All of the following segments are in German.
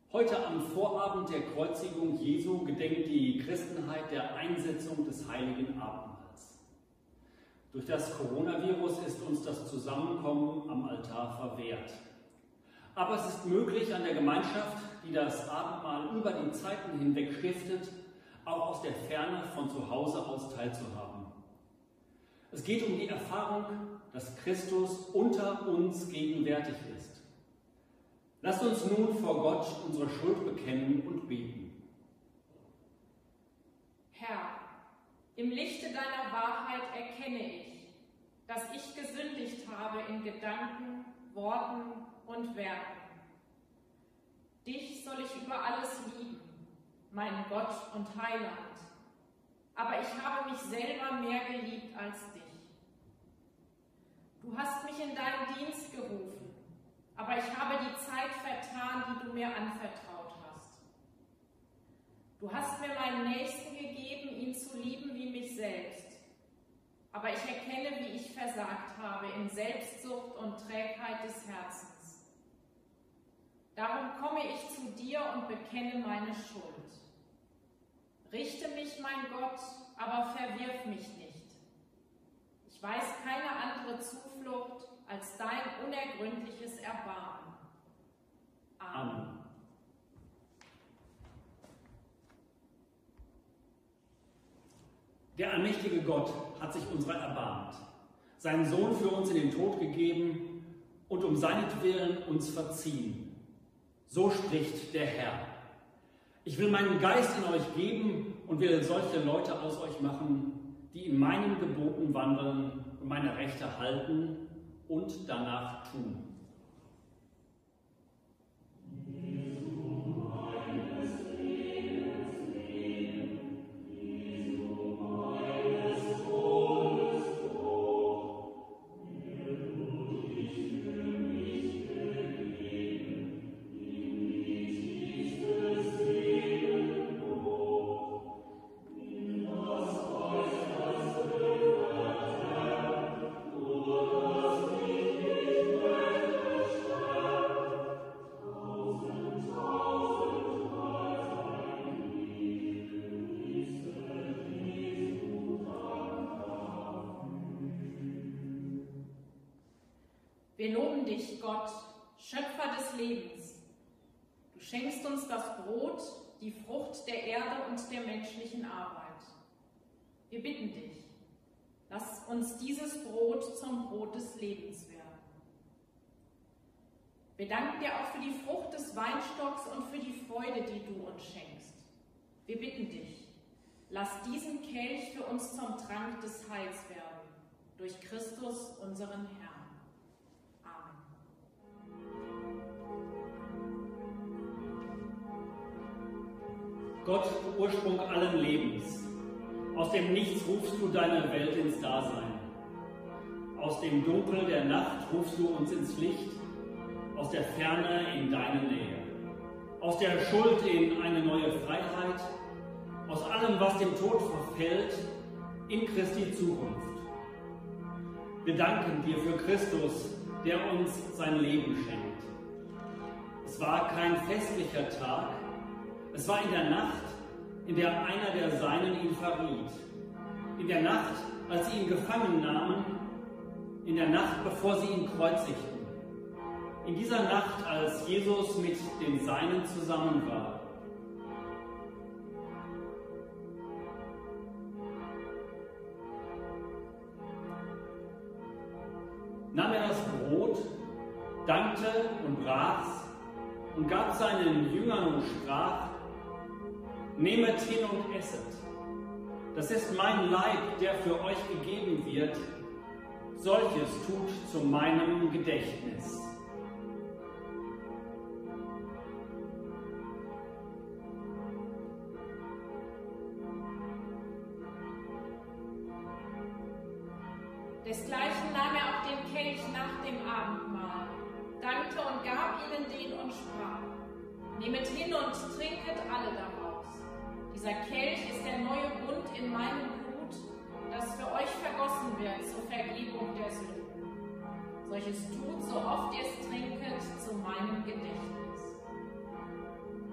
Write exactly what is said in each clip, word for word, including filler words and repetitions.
Heute am Vorabend der Kreuzigung Jesu gedenkt die Christenheit der Einsetzung des heiligen Abendmahls. Durch das Coronavirus ist uns das Zusammenkommen am Altar verwehrt. Aber es ist möglich, an der Gemeinschaft, die das Abendmahl über die Zeiten hinweg stiftet, auch aus der Ferne von zu Hause aus teilzuhaben. Es geht um die Erfahrung, dass Christus unter uns gegenwärtig ist. Lasst uns nun vor Gott unsere Schuld bekennen und beten. Herr, im Lichte deiner Wahrheit erkenne ich, dass ich gesündigt habe in Gedanken, Worten und Werken. Dich soll ich über alles lieben, mein Gott und Heiland, aber ich habe mich selber mehr geliebt als dich. Du hast mich in deinen Dienst gerufen, aber ich habe die Zeit vertan, die du mir anvertraut hast. Du hast mir meinen Nächsten gegeben, ihn zu lieben wie mich selbst. Aber ich erkenne, wie ich versagt habe in Selbstsucht und Trägheit des Herzens. Darum komme ich zu dir und bekenne meine Schuld. Richte mich, mein Gott, aber verwirf mich nicht. Ich weiß keine andere Zuflucht als dein unergründliches Erbarmen. Amen. Amen. Der allmächtige Gott hat sich unserer erbarmt, seinen Sohn für uns in den Tod gegeben und um seinetwillen uns verziehen. So spricht der Herr. Ich will meinen Geist in euch geben und will solche Leute aus euch machen, die in meinen Geboten wandeln und meine Rechte halten und danach tun. Wir loben dich, Gott, Schöpfer des Lebens. Du schenkst uns das Brot, die Frucht der Erde und der menschlichen Arbeit. Wir bitten dich, lass uns dieses Brot zum Brot des Lebens werden. Wir danken dir auch für die Frucht des Weinstocks und für die Freude, die du uns schenkst. Wir bitten dich, lass diesen Kelch für uns zum Trank des Heils werden, durch Christus, unseren Herrn. Gott, Ursprung allen Lebens, aus dem Nichts rufst du deine Welt ins Dasein. Aus dem Dunkel der Nacht rufst du uns ins Licht, aus der Ferne in deine Nähe. Aus der Schuld in eine neue Freiheit, aus allem, was dem Tod verfällt, in Christi Zukunft. Wir danken dir für Christus, der uns sein Leben schenkt. Es war kein festlicher Tag, es war in der Nacht, in der einer der Seinen ihn verriet. In der Nacht, als sie ihn gefangen nahmen. In der Nacht, bevor sie ihn kreuzigten. In dieser Nacht, als Jesus mit den Seinen zusammen war. Nahm er das Brot, dankte und brach's und gab seinen Jüngern und sprach: Nehmet hin und esset. Das ist mein Leib, der für euch gegeben wird. Solches tut zu meinem Gedächtnis. Desgleichen nahm er auch den Kelch nach dem Abendmahl, dankte und gab ihnen den und sprach: Nehmet hin und trinket alle daraus. Dieser Kelch ist der neue Bund in meinem Blut, das für euch vergossen wird zur Vergebung der Sünden. Solches tut, so oft ihr es trinket, zu meinem Gedächtnis.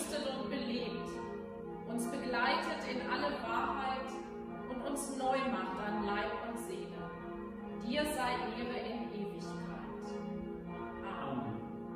tröstet und belebt, uns begleitet in alle Wahrheit und uns neu macht an Leib und Seele. Dir sei Ehre in Ewigkeit. Amen.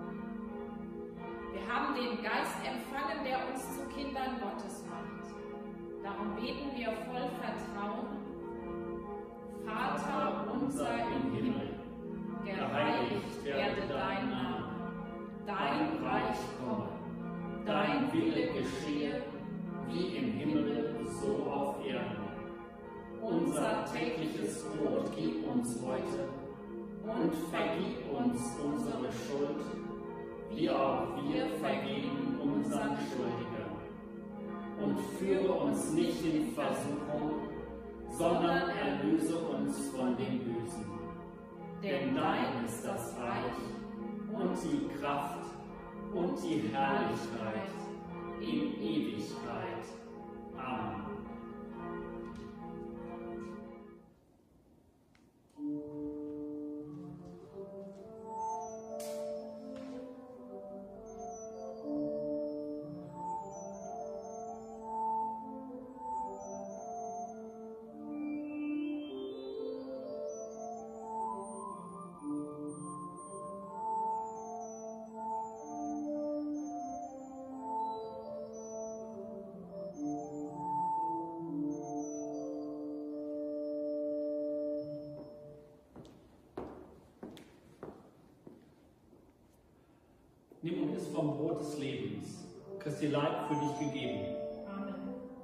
Wir haben den Geist empfangen, der uns zu Kindern Gottes macht. Darum beten wir voll Vertrauen. Vater unser im Himmel, geheiligt werde dein Name, dein Reich komme, dein Wille geschehe, wie im Himmel, so auf Erden. Unser tägliches Brot gib uns heute und vergib uns unsere Schuld, wie auch wir vergeben unseren Schuldigern. Und führe uns nicht in Versuchung, sondern erlöse uns von dem Bösen. Denn dein ist das Reich und die Kraft und die Herrlichkeit in Ewigkeit. Amen. Nimm und iss vom Brot des Lebens, Christi Leib für dich gegeben. Amen.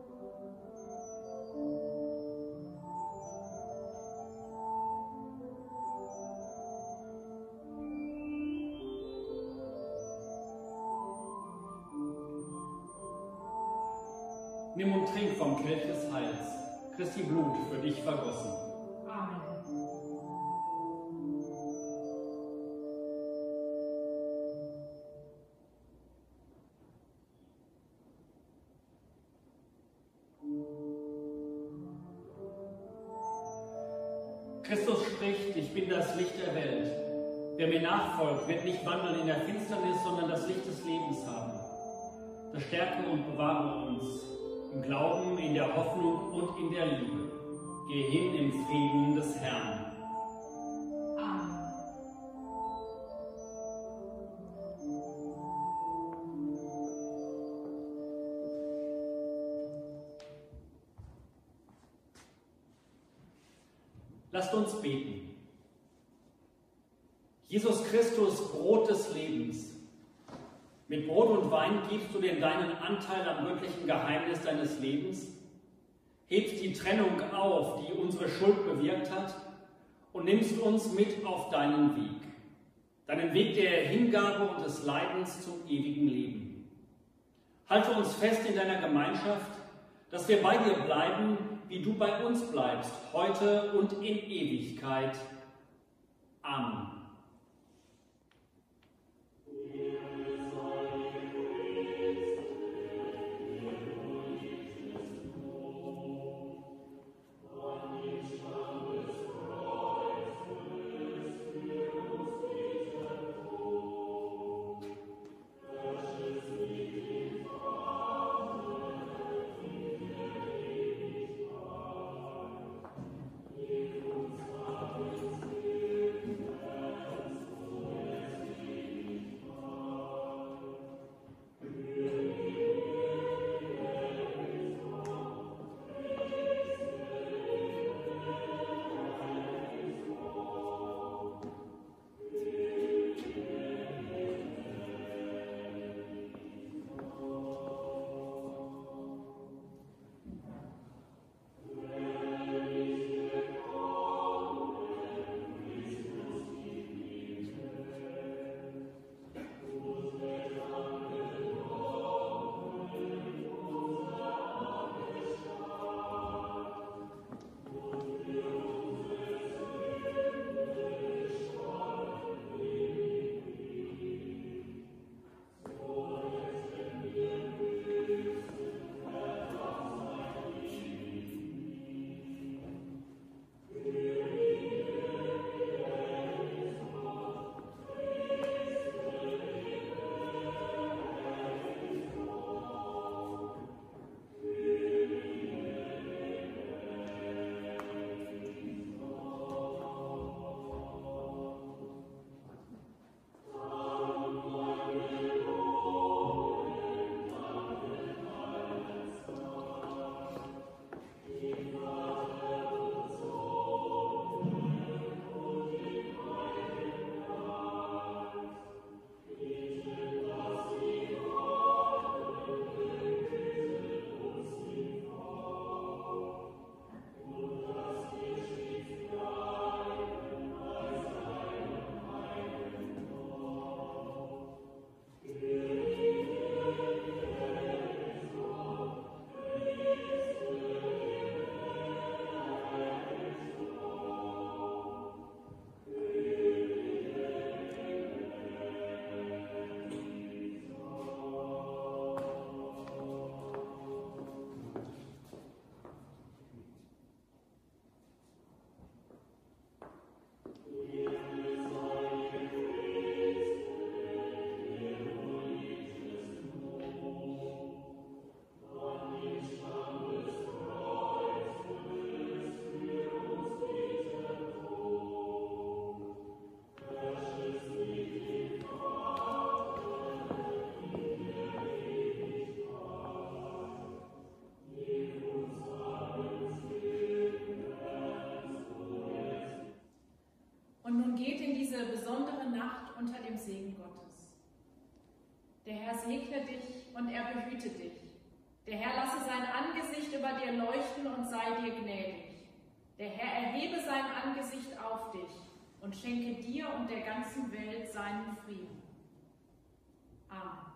Nimm und trink vom Kelch des Heils, Christi Blut für dich vergossen. Amen. Christus spricht, ich bin das Licht der Welt. Wer mir nachfolgt, wird nicht wandeln in der Finsternis, sondern das Licht des Lebens haben. Das stärke und bewahre uns im Glauben, in der Hoffnung und in der Liebe. Geh hin im Frieden des Herrn. Amen. Lasst uns beten. Jesus Christus, Brot des Lebens, mit Brot und Wein gibst du dir deinen Anteil am göttlichen Geheimnis deines Lebens, hebst die Trennung auf, die unsere Schuld bewirkt hat, und nimmst uns mit auf deinen Weg, deinen Weg der Hingabe und des Leidens zum ewigen Leben. Halte uns fest in deiner Gemeinschaft, dass wir bei dir bleiben, wie du bei uns bleibst, heute und in Ewigkeit. Amen. segne dich und er behüte dich. Der Herr lasse sein Angesicht über dir leuchten und sei dir gnädig. Der Herr erhebe sein Angesicht auf dich und schenke dir und der ganzen Welt seinen Frieden. Amen.